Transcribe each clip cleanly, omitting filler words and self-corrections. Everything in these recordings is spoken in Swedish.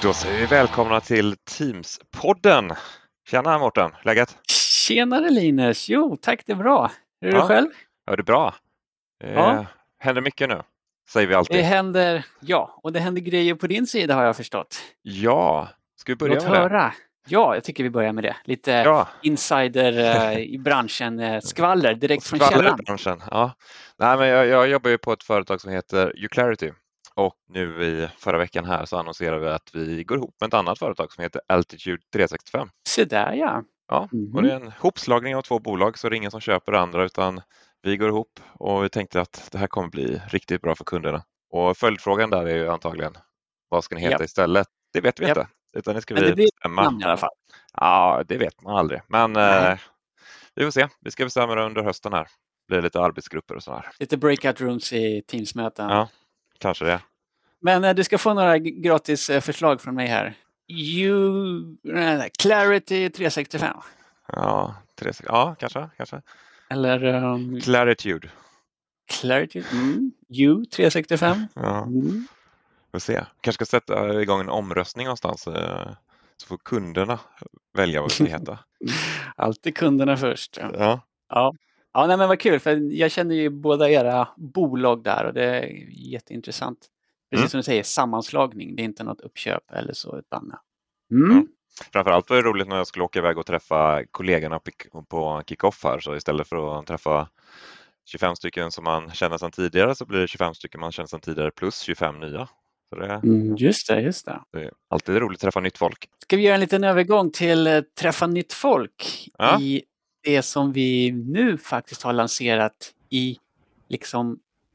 Då säger vi välkomna till Teams-podden. Tjena Mårten, läget? Tjenare Linus, jo tack det är bra. Hur är du själv? Ja, det är bra. Ja. Händer mycket nu, säger vi alltid. Det händer, och det händer grejer på din sida har jag förstått. Ja, ska vi börja Låt med höra. Ja, jag tycker vi börjar med det. Lite insider i branschen, skvaller direkt från källan. I branschen, ja. Nej, men jag jobbar ju på ett företag som heter Uclarity. Och nu i förra veckan här så annonserar vi att vi går ihop med ett annat företag som heter Altitude 365. Så där ja. Ja, och det är en hopslagning av 2 bolag så det är ingen som köper det andra utan vi går ihop och vi tänkte att det här kommer bli riktigt bra för kunderna. Och följdfrågan där är ju antagligen, vad ska ni heta istället? Det vet vi inte, utan det ska vi bestämma. Namn i alla fall. Ja, det vet man aldrig, men vi får se. Vi ska bestämma det under hösten här. Det blir lite arbetsgrupper och så här. Lite breakout rooms i Teams-möten. Ja, kanske det. Men du ska få några gratis förslag från mig här. Clarity 365. Ja, kanske. Eller Claritude. Clarity, U365. Ja. Vi får se. Kanske ska sätta igång en omröstning någonstans så får kunderna välja vad det ska heta. Alltid kunderna först. Ja. Ja, nej, men vad kul för jag känner ju båda era bolag där och det är jätteintressant. Precis som du säger, sammanslagning. Det är inte något uppköp eller så utan. Ja. Framförallt var det roligt när jag skulle åka iväg och träffa kollegorna på kick-off här så istället för att träffa 25 stycken som man känner sedan tidigare så blir det 25 stycken man känner sedan tidigare plus 25 nya. Så det, just det. Det är alltid roligt att träffa nytt folk. Ska vi göra en liten övergång till träffa nytt folk i det som vi nu faktiskt har lanserat i liksom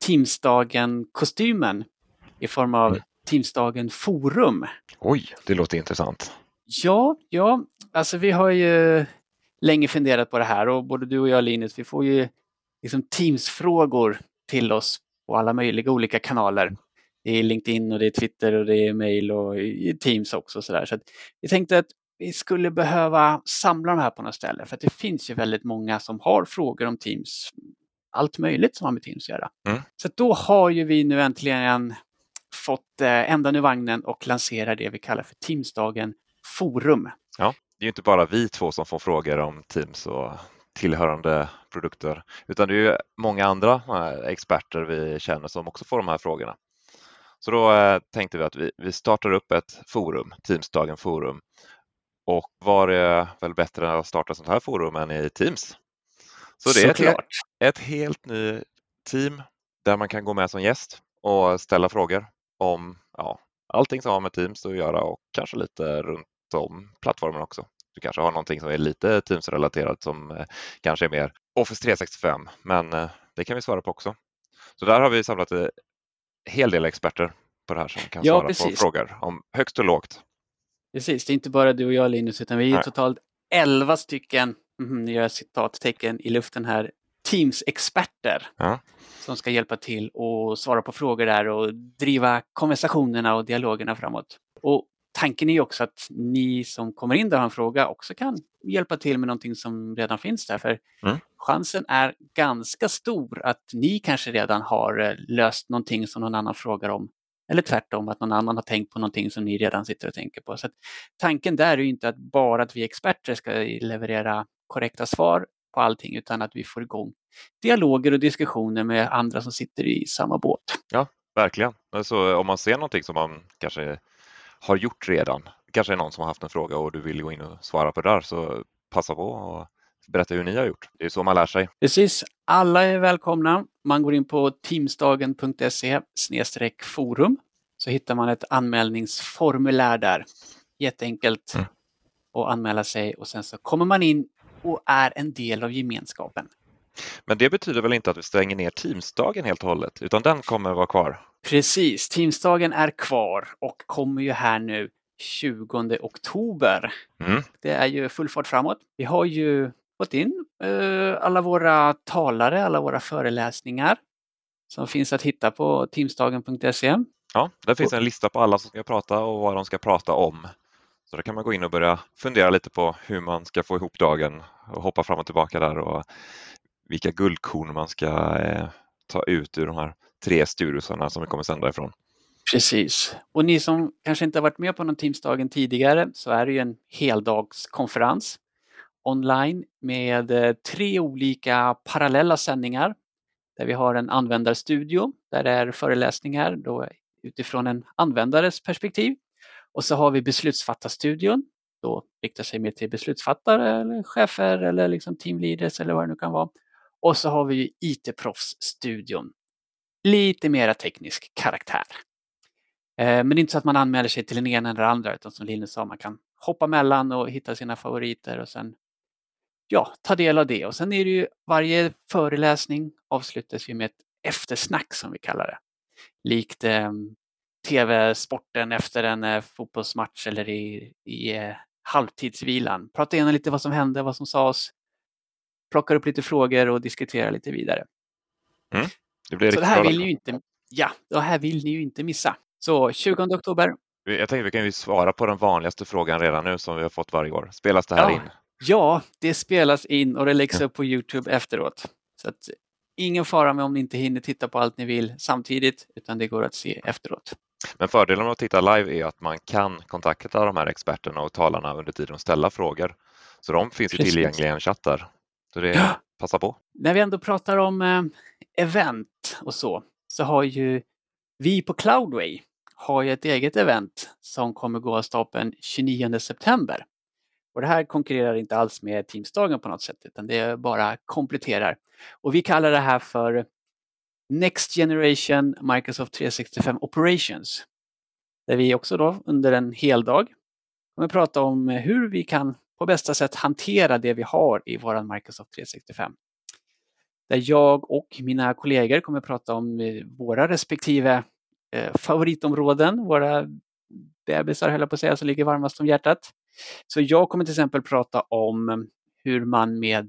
Teamsdagen-kostymen i form av Teamsdagen Forum. Oj, det låter intressant. Ja, alltså vi har ju länge funderat på det här och både du och jag Linus, vi får ju liksom Teams-frågor till oss på alla möjliga olika kanaler. Det är LinkedIn och det är Twitter och det är mail och Teams också. Så att vi tänkte att vi skulle behöva samla de här på något ställe för att det finns ju väldigt många som har frågor om Teams. Allt möjligt som har med Teams att göra. Så då har ju vi nu äntligen fått ändan ur vagnen och lanserar det vi kallar för Teamsdagen Forum. Ja, det är ju inte bara vi två som får frågor om Teams och tillhörande produkter utan det är ju många andra experter vi känner som också får de här frågorna. Så då tänkte vi att vi startar upp ett forum, Teamsdagen Forum. Och var är väl bättre att starta sånt här forum än i Teams? Så det är ett helt ny team där man kan gå med som gäst och ställa frågor om allting som har med Teams att göra och kanske lite runt om plattformen också. Du kanske har någonting som är lite Teams-relaterat som kanske är mer Office 365, men det kan vi svara på också. Så där har vi samlat en hel del experter på det här som kan svara på frågor om högst och lågt. Precis, det är inte bara du och jag Linus utan vi är totalt 11 stycken, nu gör jag citattecken i luften här, Teams-experter som ska hjälpa till och svara på frågor där och driva konversationerna och dialogerna framåt. Och tanken är ju också att ni som kommer in där och har en fråga också kan hjälpa till med någonting som redan finns där. För chansen är ganska stor att ni kanske redan har löst någonting som någon annan frågar om. Eller tvärtom, att någon annan har tänkt på någonting som ni redan sitter och tänker på. Så att tanken där är ju inte att bara att vi experter ska leverera korrekta svar på allting utan att vi får igång dialoger och diskussioner med andra som sitter i samma båt. Ja, verkligen. Så om man ser någonting som man kanske har gjort redan, kanske är någon som har haft en fråga och du vill gå in och svara på det där, så passa på och berätta hur ni har gjort. Det är så man lär sig. Precis, alla är välkomna. Man går in på teamsdagen.se/forum så hittar man ett anmälningsformulär där. Jätteenkelt att anmäla sig och sen så kommer man in och är en del av gemenskapen. Men det betyder väl inte att vi stänger ner Teamsdagen helt och hållet, utan den kommer vara kvar? Precis, Teamsdagen är kvar och kommer ju här nu 20 oktober. Det är ju full fart framåt. Vi har ju fått in alla våra talare, alla våra föreläsningar som finns att hitta på teamsdagen.se. Ja, där finns en lista på alla som ska prata och vad de ska prata om. Så då kan man gå in och börja fundera lite på hur man ska få ihop dagen och hoppa fram och tillbaka där och vilka guldkorn man ska ta ut ur de här 3 studiosarna som vi kommer sända ifrån. Precis. Och ni som kanske inte har varit med på någon Teamsdagen tidigare, så är det ju en heldagskonferens online med 3 olika parallella sändningar. Där vi har en användarstudio där det är föreläsningar då utifrån en användares perspektiv. Och så har vi beslutsfattarstudion. Då riktar sig mer till beslutsfattare eller chefer eller liksom teamleaders eller vad det nu kan vara. Och så har vi IT-proffsstudion. Lite mera teknisk karaktär. Men det är inte så att man anmäler sig till den ena eller andra, utan som Linus sa, man kan hoppa mellan och hitta sina favoriter och sen ta del av det. Och sen är det ju varje föreläsning avslutas ju med ett eftersnack som vi kallar det. Likt tv-sporten efter en fotbollsmatch eller i halvtidsvilan. Prata igenom lite vad som hände, vad som sades. Plockar upp lite frågor och diskuterar lite vidare. Det blir så det här vill ni ju inte, det här vill ni ju inte missa. Så 20 oktober. Jag tänker vi kan ju svara på den vanligaste frågan redan nu som vi har fått varje år. Spelas det här in? Ja, det spelas in och det läggs upp på YouTube efteråt. Så att ingen fara med om ni inte hinner titta på allt ni vill samtidigt, utan det går att se efteråt. Men fördelen med att titta live är att man kan kontakta de här experterna och talarna under tiden och ställa frågor. Så de finns ju tillgängliga i en chatt där. Så det passar på. När vi ändå pratar om event och så har ju vi på Cloudway har ju ett eget event som kommer gå av stapeln 29 september. Och det här konkurrerar inte alls med Teamsdagen på något sätt, utan det bara kompletterar. Och vi kallar det här för Next Generation Microsoft 365 Operations. Där vi också då under en hel dag kommer prata om hur vi kan på bästa sätt hantera det vi har i våran Microsoft 365. Där jag och mina kollegor kommer prata om våra respektive favoritområden, våra bebisar höll jag på att säga, som ligger varmast om hjärtat. Så jag kommer till exempel prata om hur man med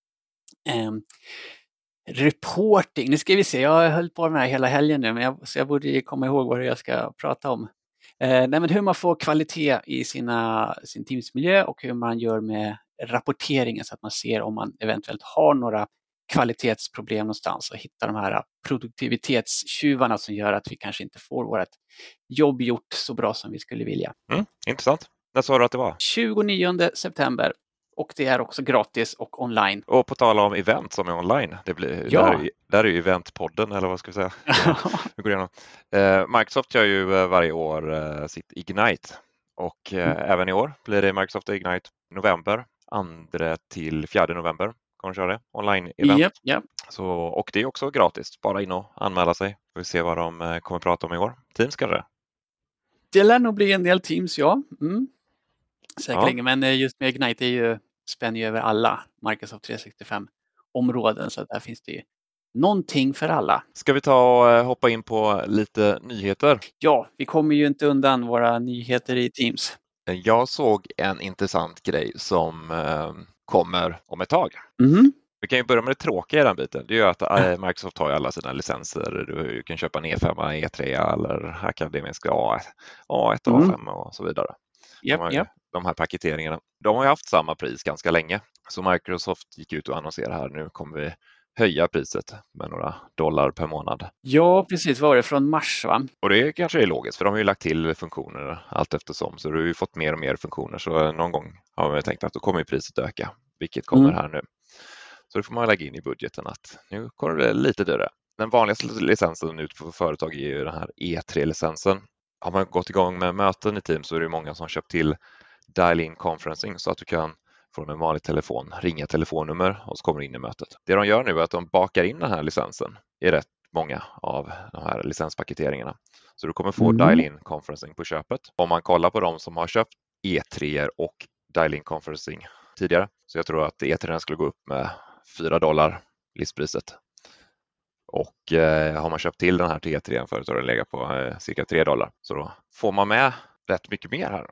reporting, nu ska vi se, jag har hållit på med det här hela helgen nu, så jag borde komma ihåg vad jag ska prata om. Men hur man får kvalitet i sin teamsmiljö och hur man gör med rapporteringen så att man ser om man eventuellt har några kvalitetsproblem någonstans och hittar de här produktivitetstjuvarna som gör att vi kanske inte får vårt jobb gjort så bra som vi skulle vilja. Intressant. När sa du att det var? 29 september. Och det är också gratis och online. Och på tala om event som är online. Det blir, där är ju eventpodden, eller vad ska vi säga? Vi går igenom. Microsoft gör ju varje år sitt Ignite. Och även i år blir det Microsoft Ignite november. 2 till 4 november kommer köra det. Online-event. Yep. Och det är också gratis. Bara in och anmäla sig. Får vi se vad de kommer prata om i år. Teams kanske? Det lär nog bli en del Teams, säkerligen. Men just med Ignite spänner ju över alla Microsoft 365-områden. Så där finns det ju någonting för alla. Ska vi ta och hoppa in på lite nyheter? Ja, vi kommer ju inte undan våra nyheter i Teams. Jag såg en intressant grej som kommer om ett tag. Vi kan ju börja med det tråkiga i den biten. Det är ju att Microsoft har ju alla sina licenser. Du kan köpa en E5, E3 eller akademiska A1 och A5 och så vidare. De här paketeringarna. De har ju haft samma pris ganska länge. Så Microsoft gick ut och annonserade här. Nu kommer vi höja priset med några dollar per månad. Ja, precis. Var det från mars, va? Och det kanske är logiskt, för de har ju lagt till funktioner allt eftersom. Så du har ju fått mer och mer funktioner. Så någon gång har vi tänkt att då kommer priset öka, vilket kommer här nu. Så då får man lägga in i budgeten att nu kommer det lite dyrare. Den vanligaste licensen ut för företag är ju den här E3-licensen. Har man gått igång med möten i Teams så är det många som köpt till dial-in conferencing så att du kan från en vanlig telefon ringa telefonnummer och så kommer du in i mötet. Det de gör nu är att de bakar in den här licensen i rätt många av de här licenspaketeringarna. Så du kommer få dial-in conferencing på köpet. Om man kollar på de som har köpt E3 och dial-in conferencing tidigare så jag tror att E3 skulle gå upp med $4 listpriset. Och har man köpt till den här T3 förut så har det legat på cirka $3. Så då får man med rätt mycket mer här.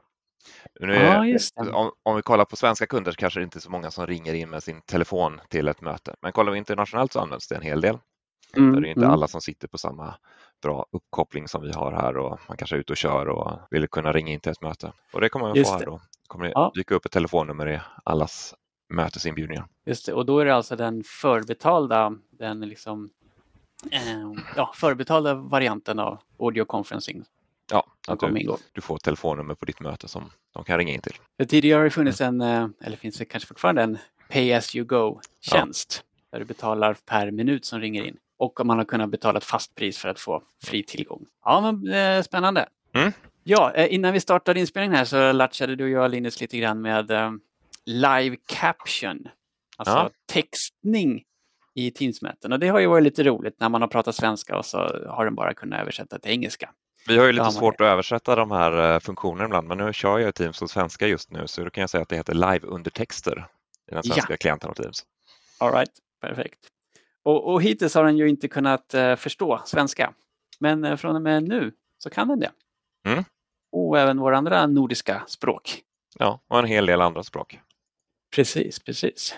Om vi kollar på svenska kunder så kanske det inte är så många som ringer in med sin telefon till ett möte. Men kollar vi internationellt så används det en hel del. Så det är inte alla som sitter på samma bra uppkoppling som vi har här och man kanske är ute och kör och vill kunna ringa in till ett möte. Och det kommer man få här då. Kommer det dyka upp ett telefonnummer i allas mötesinbjudningar. Just det, och då är det alltså den förbetalda, den liksom förbetalda varianten av audio conferencing. Ja, att du får telefonnummer på ditt möte som de kan ringa in till. För tidigare har det funnits eller finns det kanske fortfarande en pay as you go-tjänst. Där du betalar per minut som ringer in. Och man har kunnat betala ett fast pris för att få fri tillgång. Ja, men spännande. Ja, innan vi startade inspelningen här så latchade du och jag, Linus, lite grann med live caption. Alltså textning i Teams-möten. Och det har ju varit lite roligt när man har pratat svenska och så har den bara kunnat översätta till engelska. Vi har ju lite svårt att översätta de här funktionerna ibland, men nu kör jag Teams på svenska just nu, så då kan jag säga att det heter live-undertexter i den svenska klienten av Teams. All right, perfekt. Och hittills har den ju inte kunnat förstå svenska, men från och med nu så kan den det. Och även våra andra nordiska språk. Ja, och en hel del andra språk. Precis.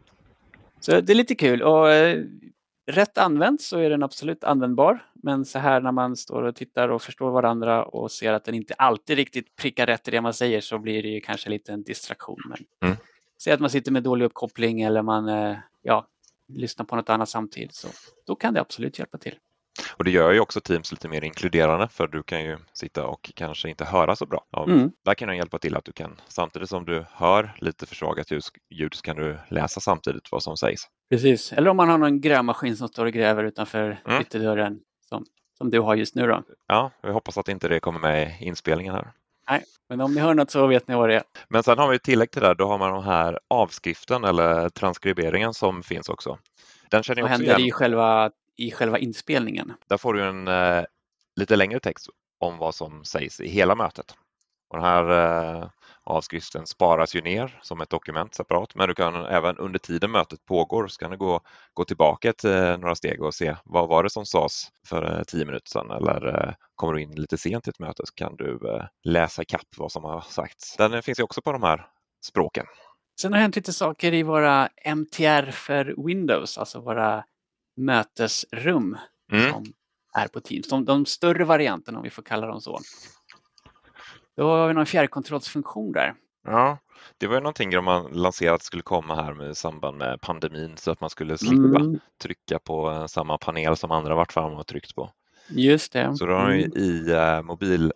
Så det är lite kul och rätt använt så är den absolut användbar. Men så här när man står och tittar och förstår varandra och ser att den inte alltid riktigt prickar rätt i det man säger, så blir det ju kanske lite en distraktion. Men säg att man sitter med dålig uppkoppling eller man lyssnar på något annat samtidigt, så då kan det absolut hjälpa till. Och det gör ju också Teams lite mer inkluderande, för du kan ju sitta och kanske inte höra så bra. Där kan den hjälpa till att du kan, samtidigt som du hör lite försvagat ljud, så kan du läsa samtidigt vad som sägs. Precis, eller om man har någon grävmaskin som står och gräver utanför ytterdörren som du har just nu då. Ja, jag hoppas att inte det kommer med i inspelningen här. Nej, men om ni hör något så vet ni vad det är. Men sen har vi ett tillägg till det där, då har man den här avskriften eller transkriberingen som finns också. Den känner jag också igen. Händer i själva inspelningen. Där får du en lite längre text om vad som sägs i hela mötet. Och den här avskriften sparas ju ner som ett dokument separat, men du kan även under tiden mötet pågår så kan du gå tillbaka till några steg och se vad var det som sades för 10 minuter sedan, eller kommer du in lite sent i ett möte så kan du läsa ikapp vad som har sagts. Den finns ju också på de här språken. Sen har det hänt lite saker i våra MTR för Windows, alltså våra mötesrum som är på Teams. De större varianterna, om vi får kalla dem så. Då har vi någon fjärrkontrollsfunktion där. Ja, det var ju någonting de har lanserat skulle komma här i samband med pandemin, så att man skulle slippa trycka på samma panel som andra varit fram och tryckt på. Just det. Så då har de i mobilappen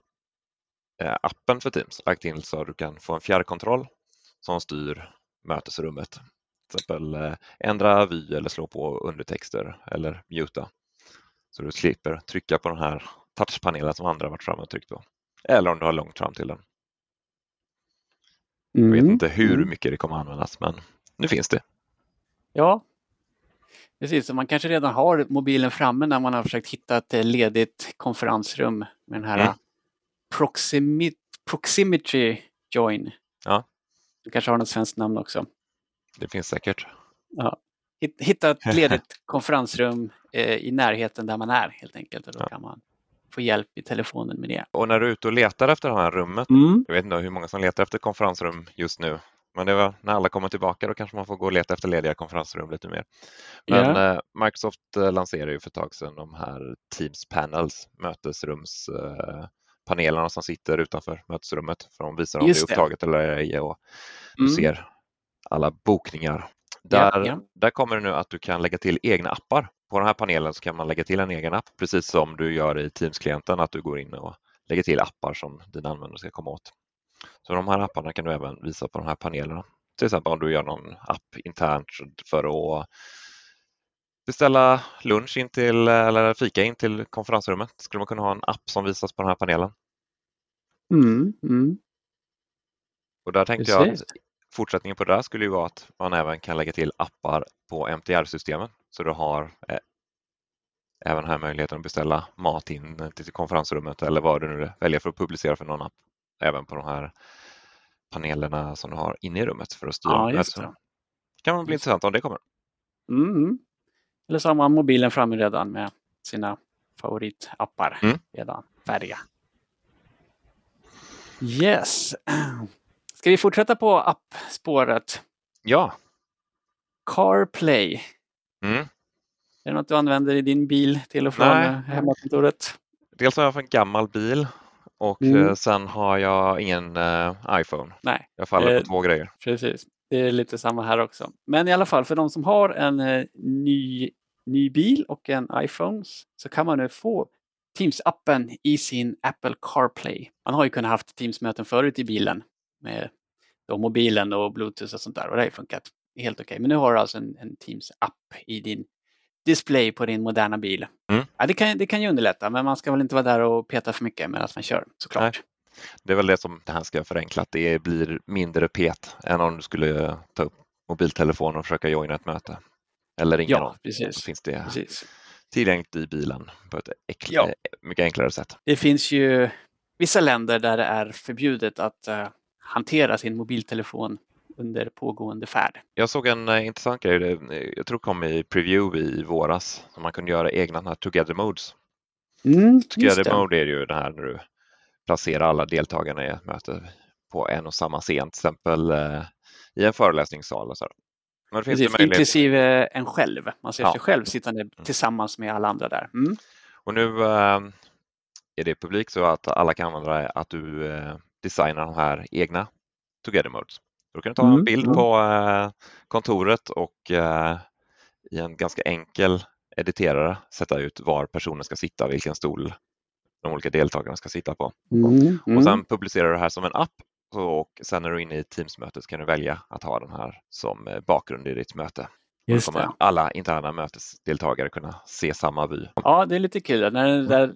för Teams lagt in så att du kan få en fjärrkontroll som styr mötesrummet. Till exempel ändra vy eller slå på undertexter eller muta. Så du slipper trycka på den här touchpanelen som andra varit fram och tryckt på. Eller om du har långt fram till den. Jag vet inte hur mycket det kommer användas, men nu finns det. Ja, precis. Så man kanske redan har mobilen framme när man har försökt hitta ett ledigt konferensrum med den här proximity join. Ja. Du kanske har något svenskt namn också. Det finns säkert. Ja. Hitta ett ledigt konferensrum i närheten där man är helt enkelt. Och då kan man få hjälp i telefonen med det. Och när du är ute och letar efter det här rummet, jag vet inte hur många som letar efter konferensrum just nu, men det var när alla kommer tillbaka då kanske man får gå och leta efter lediga konferensrum lite mer. Men Microsoft lanserar ju för ett tag sedan de här Teams Panels, mötesrumspanelerna som sitter utanför mötesrummet, för de visar om det är upptaget eller ej, och du ser alla bokningar. Där kommer det nu att du kan lägga till egna appar. På den här panelen så kan man lägga till en egen app, precis som du gör i Teams-klienten, att du går in och lägger till appar som dina användare ska komma åt. Så de här apparna kan du även visa på de här panelerna. Till exempel om du gör någon app internt för att beställa lunch in till, eller fika in till konferensrummet, skulle man kunna ha en app som visas på den här panelen. Och där tänkte jag att fortsättningen på det där skulle ju vara att man även kan lägga till appar på MTR-systemen. Så du har även här möjligheten att beställa mat in till konferensrummet eller vad du nu väljer för att publicera för någon app. Även på de här panelerna som du har inne i rummet för att styra. Ja, just det. Kan man bli intressant om det kommer. Eller så har man mobilen framme redan med sina favoritappar redan färdiga. Yes. Ska vi fortsätta på appspåret? Ja. CarPlay. Är det något du använder i din bil till och från hemmakontoret? Dels har jag en gammal bil och sen har jag ingen iPhone. Nej. Jag faller på 2 grejer. Precis. Det är lite samma här också. Men i alla fall för de som har en ny bil och en iPhone så kan man nu få Teams-appen i sin Apple CarPlay. Man har ju kunnat haft Teams-möten förut i bilen med mobilen och Bluetooth och sånt där och det har ju funkat helt okej. Men nu har du alltså en Teams-app i din display på din moderna bil. Ja, det kan ju underlätta, men man ska väl inte vara där och peta för mycket medan man kör, såklart. Nej. Det är väl det som det här ska förenkla, att det blir mindre pet än om du skulle ta upp mobiltelefonen och försöka joina ett möte. Eller ringa någon. Precis. Så finns det tillgängligt i bilen på ett mycket enklare sätt. Det finns ju vissa länder där det är förbjudet att hantera sin mobiltelefon under pågående färd. Jag såg en intressant grej, jag tror det kom i preview i våras, som man kunde göra egna här together modes. Together mode är ju det här när du placerar alla deltagarna i ett möte på en och samma scen, till exempel i en föreläsningssal. Och så. Men det finns precis, inklusive en själv. Man ser sig själv sittande tillsammans med alla andra där. Och nu är det publik så att alla kan använda att du designar de här egna together modes. Då kan du ta en bild på kontoret och i en ganska enkel editerare sätta ut var personen ska sitta, vilken stol de olika deltagarna ska sitta på. Och sen publicerar du det här som en app och sen när du är inne i Teams-mötet kan du välja att ha den här som bakgrund i ditt möte. Just och då kommer alla interna mötesdeltagare kunna se samma vy. Ja, det är lite kul. När den där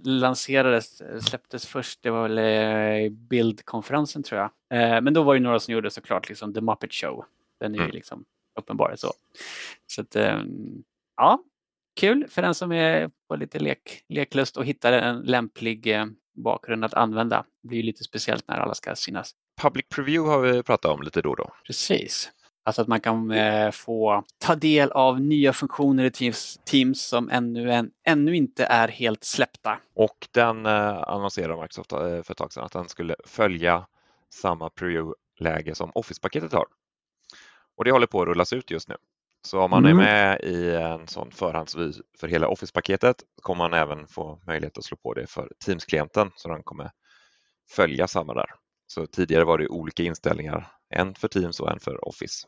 släpptes först, det var väl bildkonferensen tror jag. Men då var det några som gjorde såklart liksom The Muppet Show. Den är ju liksom uppenbar så. Så att, ja, kul för den som är på lite leklust och hittar en lämplig bakgrund att använda. Det blir lite speciellt när alla ska synas. Public preview har vi pratat om lite då. Precis. Alltså att man kan få ta del av nya funktioner i Teams som ännu inte är helt släppta. Och den annonserar Microsoft för ett tag sedan att den skulle följa samma preview-läge som Office-paketet har. Och det håller på att rullas ut just nu. Så om man är med i en sån förhandsvy för hela Office-paketet kommer man även få möjlighet att slå på det för Teams-klienten så den kommer följa samma där. Så tidigare var det olika inställningar, en för Teams och en för Office.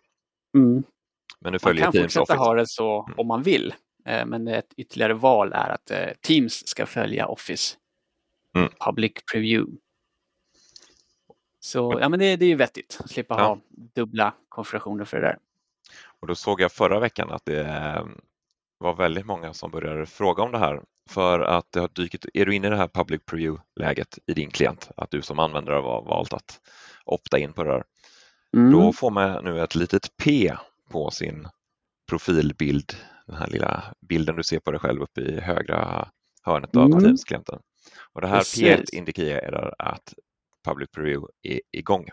Men nu följer man kan Teams fortsätta Office. Ha det så om man vill, men ett ytterligare val är att Teams ska följa Office Public Preview. Så ja, men det är ju vettigt att slippa ha dubbla konfigurationer för det där. Och då såg jag förra veckan att det var väldigt många som började fråga om det här för att det har dykt, är du inne i det här public preview-läget i din klient, att du som användare har valt att opta in på det här, då får man nu ett litet P på sin profilbild, den här lilla bilden du ser på dig själv uppe i högra hörnet av Teams-klienten. Och det här P indikerar att public preview är igång.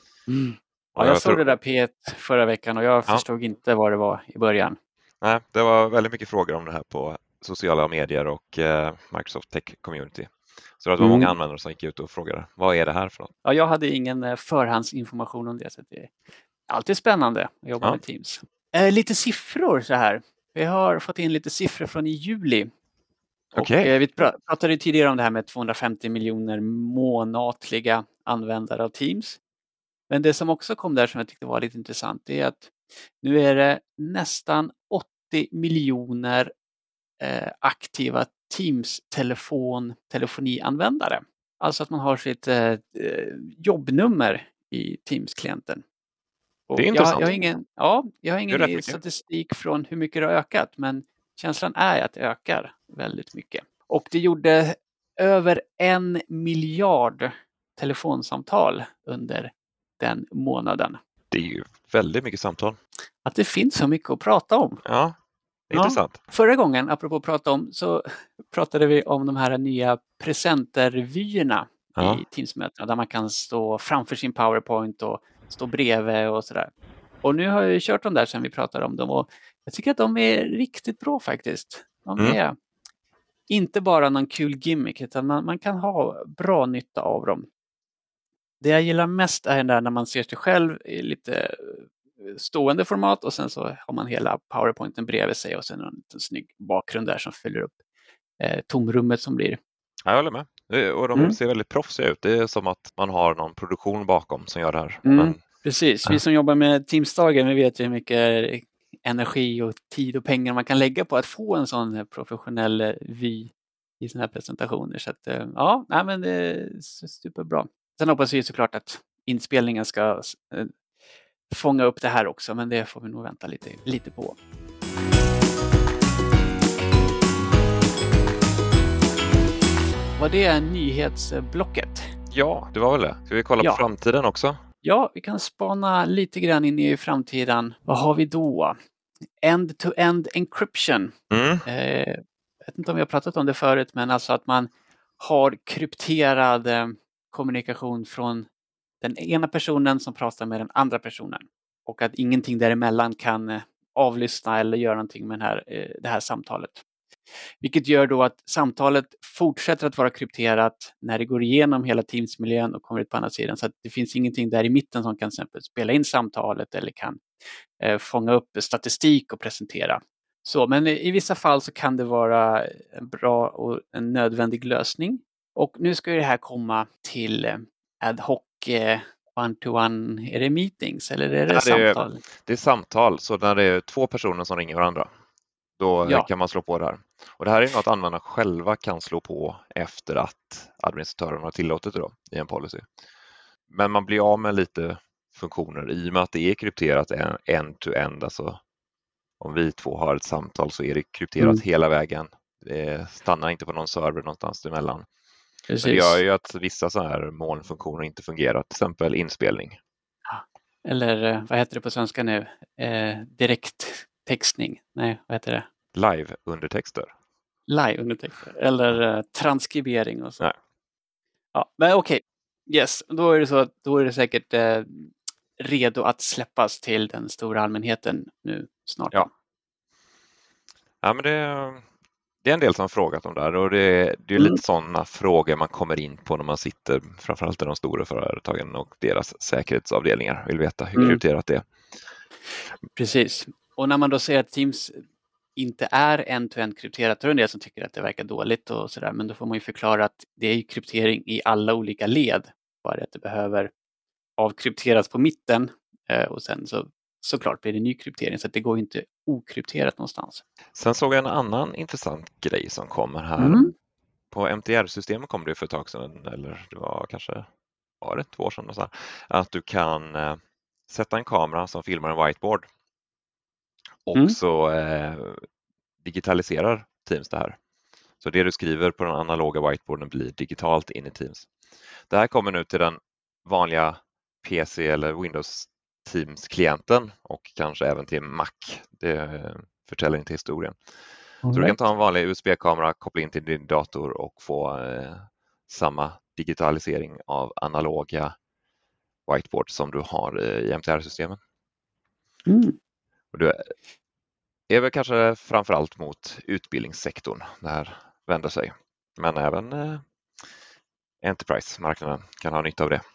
Ja, jag såg det där P1 förra veckan och jag förstod inte vad det var i början. Nej, det var väldigt mycket frågor om det här på sociala medier och Microsoft Tech Community. Så det var många användare som gick ut och frågade, vad är det här för något? Ja, jag hade ingen förhandsinformation om det, så det är alltid spännande att jobba med Teams. Lite siffror så här. Vi har fått in lite siffror från i juli. Okay. Och vi pratade tidigare om det här med 250 miljoner månatliga användare av Teams. Men det som också kom där som jag tyckte var lite intressant, det är att nu är det nästan 80 miljoner aktiva Teams telefonianvändare. Alltså att man har sitt jobbnummer i Teams-klienten. Det är intressant. Jag har ingen statistik från hur mycket det har ökat, men känslan är att det ökar väldigt mycket. Och det gjorde över 1 miljard telefonsamtal under den månaden. Det är ju väldigt mycket samtal. Att det finns så mycket att prata om. Ja, det är intressant. Förra gången, apropå att prata om, så pratade vi om de här nya presentervyerna i Teams-mötena där man kan stå framför sin PowerPoint och stå bredvid och sådär. Och nu har jag kört dem där sedan vi pratade om dem och jag tycker att de är riktigt bra faktiskt. De är inte bara någon kul gimmick utan man kan ha bra nytta av dem. Det jag gillar mest är när man ser sig själv i lite stående format och sen så har man hela PowerPointen bredvid sig och sen en liten snygg bakgrund där som fyller upp tomrummet som blir. Jag håller med. Och de ser väldigt proffsiga ut. Det är som att man har någon produktion bakom som gör det här. Precis. Vi som jobbar med Teams-dagen, vi vet ju hur mycket energi och tid och pengar man kan lägga på att få en sån professionell vy i såna här presentationer. Så att, ja, nej, men det är superbra. Sen hoppas vi såklart att inspelningen ska fånga upp det här också, men det får vi nog vänta lite på. Var det nyhetsblocket? Ja, det var väl det. Ska vi kolla på framtiden också? Ja, vi kan spana lite grann in i framtiden. Vad har vi då? End-to-end encryption. Jag vet inte om vi har pratat om det förut, men alltså att man har krypterad kommunikation från den ena personen som pratar med den andra personen. Och att ingenting däremellan kan avlyssna eller göra någonting med det här samtalet. Vilket gör då att samtalet fortsätter att vara krypterat när det går igenom hela Teams-miljön och kommer ut på andra sidan. Så att det finns ingenting där i mitten som kan till exempel spela in samtalet eller kan fånga upp statistik och presentera. Så, men i vissa fall så kan det vara en bra och en nödvändig lösning. Och nu ska det här komma till ad hoc one-to-one. Är det meetings eller är det samtal? Det är samtal, så när det är två personer som ringer varandra, då kan man slå på det här. Och det här är något användarna själva kan slå på efter att administratören har tillåtit det då, i en policy. Men man blir av med lite funktioner i och med att det är krypterat end-to-end. Alltså om vi två har ett samtal så är det krypterat hela vägen. Det stannar inte på någon server någonstans emellan. Precis. Men det gör ju att vissa så här molnfunktioner inte fungerar, till exempel inspelning. Eller vad heter det på svenska nu? Direkttextning? Nej, vad heter det? Live-undertexter. Live-undertexter. Eller transkribering och så. Nej. Ja, men okej. Yes, då är det så att då är det säkert redo att släppas till den stora allmänheten nu snart. Ja, men det är en del som har frågat om det här och det är lite sådana frågor man kommer in på när man sitter framförallt i de stora företagen och deras säkerhetsavdelningar vill veta hur krypterat det är. Precis. Och när man då säger att Teams inte är end-to-end krypterat, då är det en del som tycker att det verkar dåligt och sådär, men då får man ju förklara att det är kryptering i alla olika led. Bara att det behöver avkrypteras på mitten och sen såklart blir det ny kryptering så att det går inte okrypterat någonstans. Sen såg jag en annan intressant grej som kommer här. På MTR-systemet kom det för ett tag sedan, eller det var kanske 2 år sedan, så att du kan sätta en kamera som filmar en whiteboard och så digitaliserar Teams det här. Så det du skriver på den analoga whiteboarden blir digitalt in i Teams. Det här kommer nu till den vanliga PC eller Windows Teams-klienten och kanske även till Mac. Det förtäller inte historien. Så du kan ta en vanlig USB-kamera, koppla in till din dator och få samma digitalisering av analoga whiteboard som du har i MTR-systemen. Och det är väl kanske framförallt mot utbildningssektorn det här vänder sig. Men även Enterprise-marknaden kan ha nytta av det.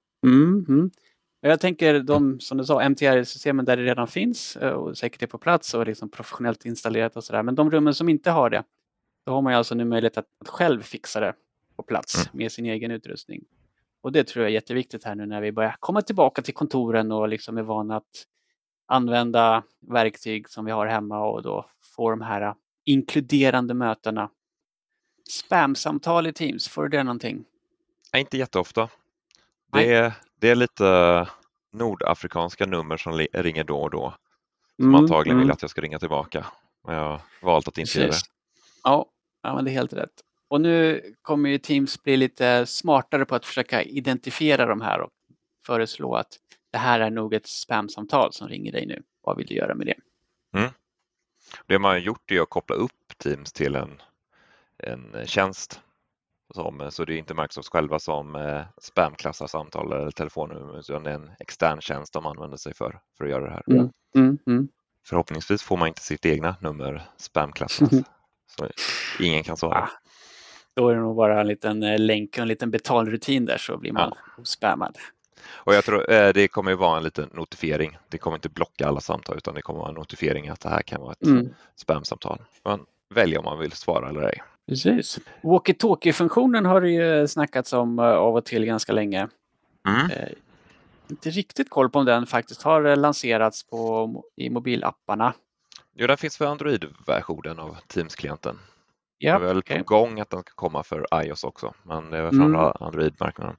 Jag tänker de, som du sa, MTR-systemen där det redan finns och säkert är på plats och liksom professionellt installerat och sådär. Men de rummen som inte har det, då har man ju alltså nu möjlighet att själv fixa det på plats med sin egen utrustning. Och det tror jag är jätteviktigt här nu när vi börjar komma tillbaka till kontoren och liksom är vana att använda verktyg som vi har hemma och då få de här inkluderande mötena. Spam-samtal i Teams, får du det någonting? Nej, inte jätteofta. Det är lite nordafrikanska nummer som ringer då och då. Som antagligen vill att jag ska ringa tillbaka. Men jag har valt att inte göra det. Ja, men det är helt rätt. Och nu kommer ju Teams bli lite smartare på att försöka identifiera de här och föreslå att det här är nog ett spamsamtal som ringer dig nu. Vad vill du göra med det? Det man har gjort är att koppla upp Teams till en tjänst. Så det är inte Microsoft själva som spamklassar samtal eller telefonnummer, utan det är en extern tjänst de använder sig för att göra det här. Förhoppningsvis får man inte sitt egna nummer spamklassat. Så ingen kan svara. Då är det nog bara en liten länk och en liten betalrutin där så blir man spammad. Och jag tror det kommer ju vara en liten notifiering. Det kommer inte blocka alla samtal utan det kommer vara en notifiering att det här kan vara ett spamsamtal. Man väljer om man vill svara eller ej. Precis. Walkie-talkie-funktionen har det ju snackats om av och till ganska länge. inte riktigt koll på om den faktiskt har lanserats i mobilapparna. Jo, den finns för Android-versionen av Teams-klienten. Ja, det är väl på gång att den ska komma för iOS också, men det är väl för Android-marknaden.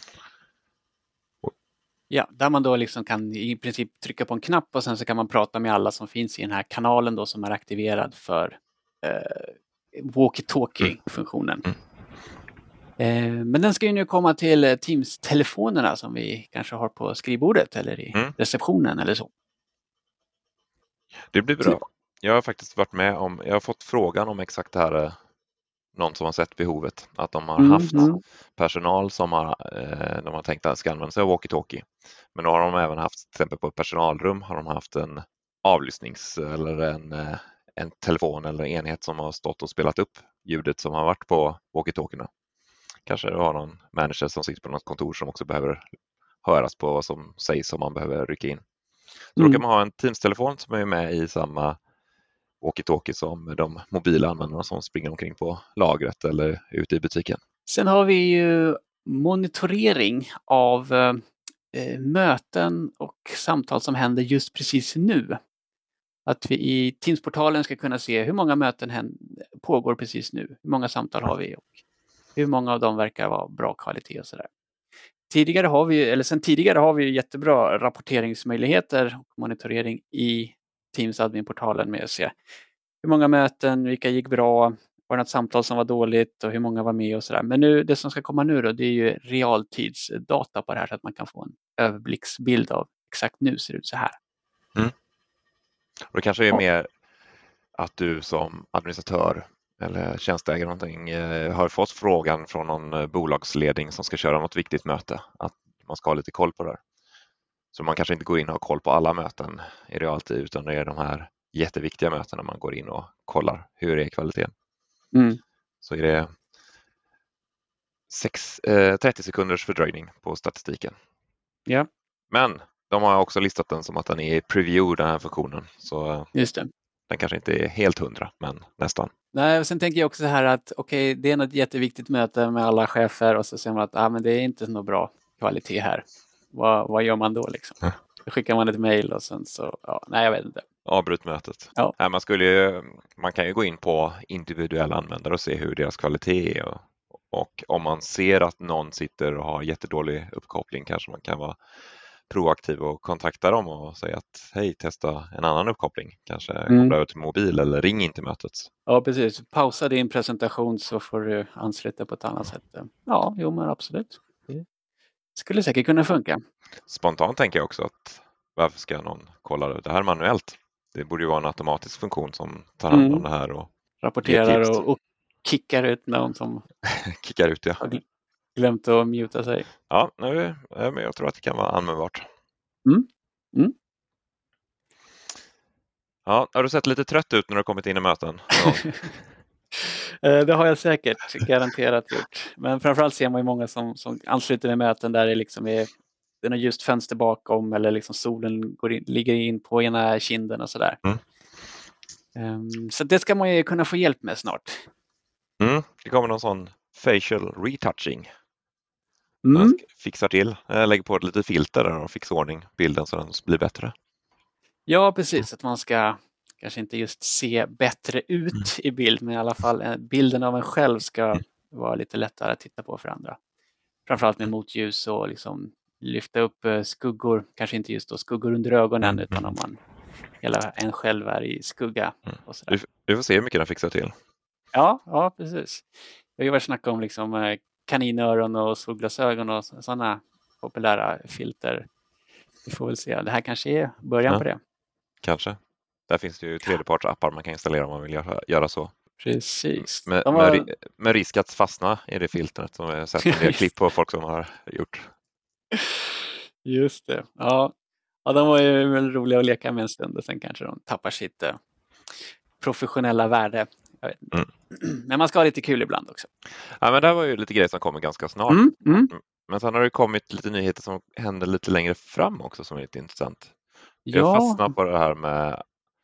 Ja, där man då liksom kan i princip trycka på en knapp och sen så kan man prata med alla som finns i den här kanalen då som är aktiverad för walkie-talkie-funktionen. Men den ska ju nu komma till Teams-telefonerna som vi kanske har på skrivbordet eller i receptionen eller så. Det blir bra. Jag har faktiskt varit med om, jag har fått frågan om exakt det här, någon som har sett behovet, att de har haft personal som de har tänkt att ska använda sig av walkie-talkie. Men då har de även haft, till exempel på ett personalrum, har de haft en avlyssnings eller en telefon eller en enhet som har stått och spelat upp ljudet som har varit på walkie-talkierna. Kanske du har någon manager som sitter på något kontor som också behöver höras på vad som sägs om man behöver rycka in. Så då kan man ha en Teams-telefon som är med i samma walkie-talkie som de mobila användarna som springer omkring på lagret eller ute i butiken. Sen har vi ju monitorering av möten och samtal som händer just precis nu. Att vi i Teams-portalen ska kunna se hur många möten pågår precis nu. Hur många samtal har vi och hur många av dem verkar vara bra kvalitet och sådär. Sen tidigare har vi jättebra rapporteringsmöjligheter och monitorering i Teams admin-portalen med att se hur många möten, vilka gick bra, var det något samtal som var dåligt och hur många var med och sådär. Men nu, det som ska komma nu då, det är ju realtidsdata på det här så att man kan få en överblicksbild av exakt nu ser det ut så här. Och det kanske är mer att du som administratör eller tjänsteägare någonting har fått frågan från någon bolagsledning som ska köra något viktigt möte, att man ska ha lite koll på det här. Så man kanske inte går in och har koll på alla möten i realtid, utan det är de här jätteviktiga mötena man går in och kollar hur är kvaliteten. Så är det 30 sekunders fördröjning på statistiken. Ja. Men de har också listat den som att den är i preview, den här funktionen. Så just det. Den kanske inte är helt 100, men nästan. Nej, och sen tänker jag också så här att det är något jätteviktigt möte med alla chefer och så säger man att men det är inte något bra kvalitet här. Vad gör man då liksom? Då skickar man ett mejl och sen så, jag vet inte. Avbryt mötet. Ja. Man kan ju gå in på individuella användare och se hur deras kvalitet är. Och om man ser att någon sitter och har jättedålig uppkoppling kanske man kan vara proaktiv och kontakta dem och säga att hej, testa en annan uppkoppling. Kanske koppla över till mobil eller ring in till mötet. Ja, precis. Pausa din presentation så får du ansluta på ett annat sätt. Ja, jo men absolut. Det skulle säkert kunna funka. Spontant tänker jag också att varför ska någon kolla det här manuellt? Det borde ju vara en automatisk funktion som tar hand om det här och rapporterar och kickar ut någon som kickar ut, ja. Har glömt att muta sig. Ja, men jag tror att det kan vara användbart. Ja, har du sett lite trött ut när du har kommit in i möten? Det har jag säkert garanterat gjort. Men framförallt ser man ju många som ansluter med möten där det liksom är något ljust fönster bakom eller liksom solen ligger in på ena kinden och sådär. Så det ska man ju kunna få hjälp med snart. Det kommer någon sån facial retouching. Man fixar till, lägger på lite filter där och fixar ordning bilden så den blir bättre. Ja, precis. Att man ska kanske inte just se bättre ut i bild, men i alla fall bilden av en själv ska vara lite lättare att titta på för andra. Framförallt med motljus och liksom lyfta upp skuggor, kanske inte just då skuggor under ögonen utan om man hela en själv är i skugga. Och sådär. Du får se hur mycket den fixar till. Ja, precis. Jag har ju varit snacka om liksom kaninöron och solglasögon och sådana populära filter. Vi får väl se. Det här kanske är början på det. Kanske. Där finns det ju tredjepartsappar man kan installera om man vill göra så. Precis. Med risk att fastna i det filtret som jag har sett en del klipp på folk som har gjort. Just det. Ja, de var ju väl roliga att leka med en stund och sen kanske de tappar sitt professionella värde. Jag vet inte. Men man ska ha lite kul ibland också. Ja, men det här var ju lite grejer som kommer ganska snart. Men sen har det kommit lite nyheter som händer lite längre fram också som är lite intressant. Jag fastnar på det här med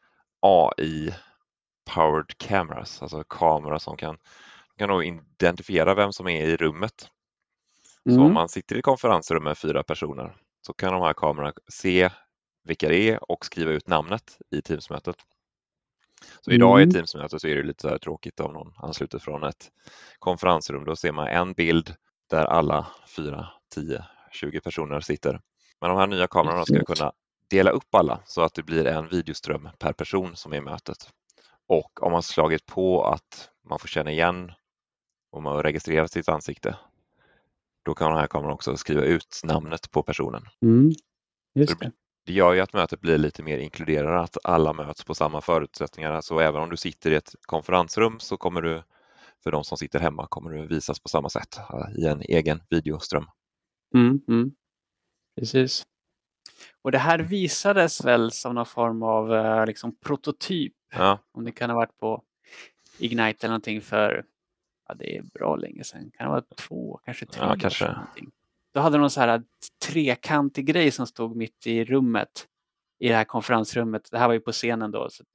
AI-powered cameras, alltså kameror som kan nog identifiera vem som är i rummet. Så om man sitter i konferensrum med 4 personer så kan de här kamerorna se vilka det är och skriva ut namnet i Teams-mötet. Så idag i Teams-mötet så är det lite så här tråkigt om någon ansluter från ett konferensrum. Då ser man en bild där alla 4, 10, 20 personer sitter. Men de här nya kamerorna ska kunna dela upp alla så att det blir en videoström per person som är i mötet. Och om man slagit på att man får känna igen och man registrerar sitt ansikte, då kan den här kameran också skriva ut namnet på personen. Just det. Det gör ju att mötet blir lite mer inkluderande, att alla möts på samma förutsättningar. Så även om du sitter i ett konferensrum så kommer du, för de som sitter hemma, kommer du visas på samma sätt i en egen videoström. Precis. Och det här visades väl som någon form av liksom prototyp. Ja. Om det kan ha varit på Ignite eller någonting för, det är bra länge sedan. Kan det vara 2, kanske 3 år kanske. sedan någonting. Då hade de någon så här trekantig grej som stod mitt i rummet. I det här konferensrummet. Det här var ju på scenen då. Så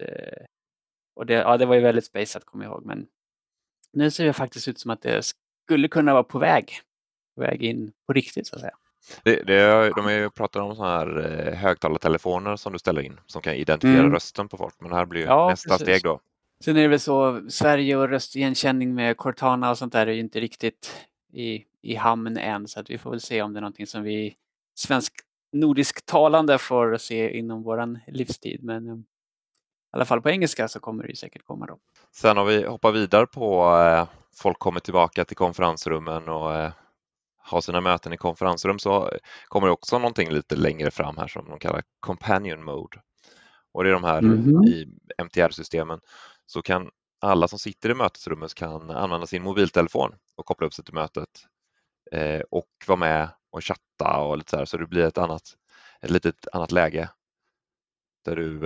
det var ju väldigt spacet, kommer jag ihåg. Men nu ser det faktiskt ut som att det skulle kunna vara på väg in på riktigt, så att säga. De är ju pratat om sådana här högtalartelefoner som du ställer in som kan identifiera rösten på folk. Men det här blir ju nästa steg då. Sen är det väl så, Sverige och röstigenkänning med Cortana och sånt där är ju inte riktigt i hamn än. Så att vi får väl se om det är någonting som vi svensk-nordisk-talande får se inom våran livstid. Men i alla fall på engelska så kommer det ju säkert komma då. Sen har vi hoppat vidare på folk kommer tillbaka till konferensrummen och har sina möten i konferensrum, så kommer det också någonting lite längre fram här som de kallar companion mode. Och det är de här i MTR-systemen, så kan alla som sitter i mötesrummet kan använda sin mobiltelefon och koppla upp sig till mötet och vara med och chatta och lite så här, så det blir ett litet annat läge där du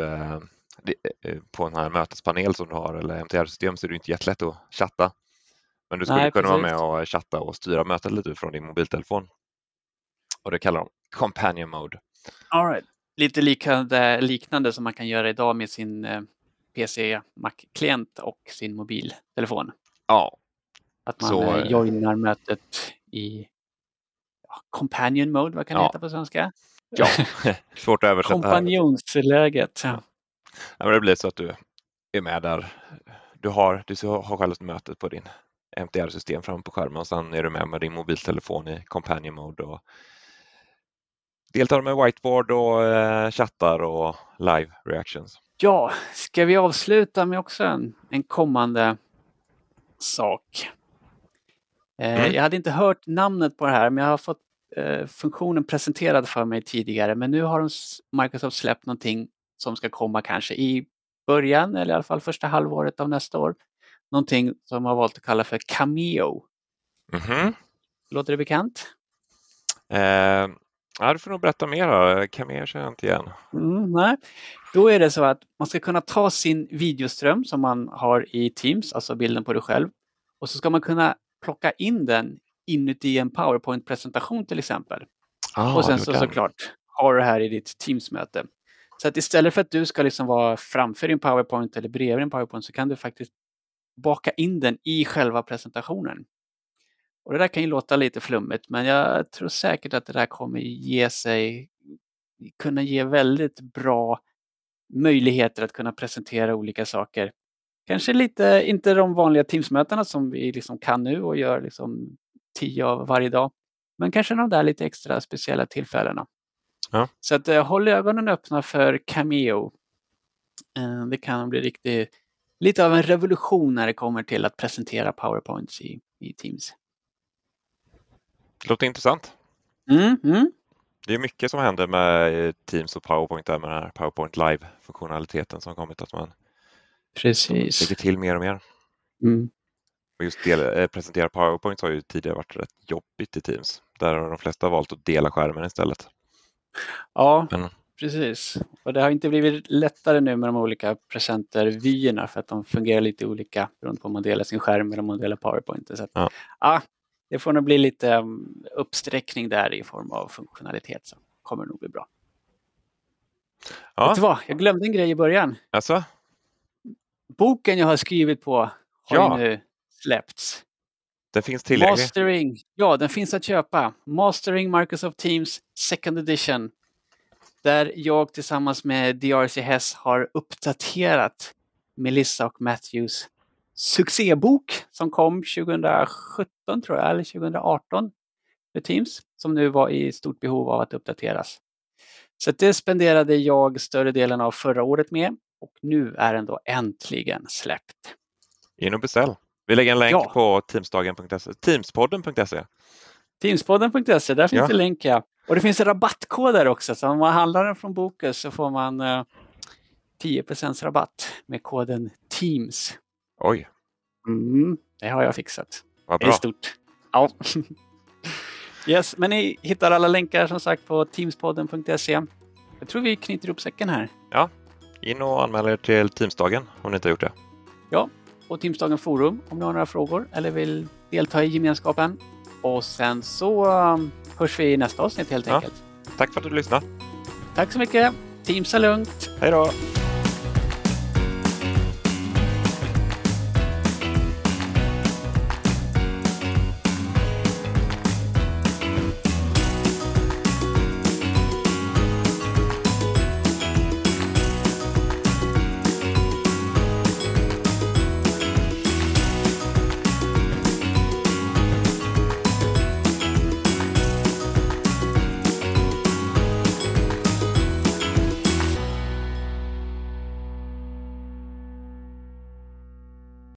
på den här mötespanel som du har eller MTR-system så är det inte jättelätt att chatta. Men du skulle kunna vara med och chatta och styra mötet lite från din mobiltelefon. Och det kallar de companion mode. All right. Lite liknande som man kan göra idag med sin PC Mac-klient och sin mobiltelefon. Ja. Att man joinar mötet i companion mode, vad kan det heta på svenska? Ja, svårt att översätta. Kompanjonsläget. Ja, men det blir så att du är med där. Du har själv mötet på din MTR-system fram på skärmen och sen är du med din mobiltelefon i companion mode och deltar med whiteboard och chattar och live reactions. Ja, ska vi avsluta med också en kommande sak? Jag hade inte hört namnet på det här, men jag har fått funktionen presenterad för mig tidigare. Men nu har Microsoft släppt någonting som ska komma kanske i början eller i alla fall första halvåret av nästa år. Någonting som har valt att kalla för Cameo. Låter det bekant? Ja, du får nog berätta mer. Cameo känner jag inte igen. Nej. Då är det så att man ska kunna ta sin videoström som man har i Teams, alltså bilden på dig själv. Och så ska man kunna plocka in den inuti en PowerPoint-presentation till exempel. Och sen såklart har du det här i ditt Teams-möte. Så att istället för att du ska liksom vara framför din PowerPoint eller bredvid din PowerPoint så kan du faktiskt baka in den i själva presentationen. Och det där kan ju låta lite flummigt, men jag tror säkert att det där kommer kunna ge väldigt bra möjligheter att kunna presentera olika saker. Kanske lite, inte de vanliga Teams-mötena som vi liksom kan nu och gör liksom 10 av varje dag. Men kanske de där lite extra speciella tillfällena. Ja. Så att håll ögonen öppna för Cameo. Det kan bli lite av en revolution när det kommer till att presentera PowerPoints i Teams. Det låter intressant. Det är mycket som händer med Teams och PowerPoint där med den här PowerPoint Live-funktionaliteten som kommit att man lägger till mer och mer. Och just presentera PowerPoint har ju tidigare varit rätt jobbigt i Teams. Där har de flesta valt att dela skärmen istället. Ja, precis. Och det har inte blivit lättare nu med de olika presentervyerna för att de fungerar lite olika beroende på om man delar sin skärm eller om man delar PowerPoint. Så att, det får nog bli lite uppsträckning där i form av funktionalitet så kommer det nog bli bra. Vet du vad? Jag glömde en grej i början. Alltså? Boken jag har skrivit på har ju nu släppts. Den finns tillgänglig? Mastering, ja, den finns att köpa. Mastering Microsoft Teams Second Edition. Där jag tillsammans med DRC Hess har uppdaterat Melissa och Matthews succébok som kom 2017 tror jag, eller 2018 för Teams, som nu var i stort behov av att uppdateras. Så det spenderade jag större delen av förra året med och nu är den då äntligen släppt. In och beställ. Vi lägger en länk på teamspodden.se. Teamspodden.se, där finns det länk. Ja. Och det finns rabattkoder också, så om man handlar den från Bokus så får man 10% rabatt med koden TEAMS. Oj. Det har jag fixat. Vad bra. Det är stort. Ja. Yes, men ni hittar alla länkar som sagt på teamspodden.se. Jag tror vi knyter ihop säcken här. Ja, in och anmäl er till Teamsdagen om ni inte har gjort det. Ja, och Teamsdagen forum om ni har några frågor eller vill delta i gemenskapen. Och sen så hörs vi i nästa avsnitt helt enkelt. Tack för att du lyssnade. Tack så mycket. Teams är lugnt. Hej då.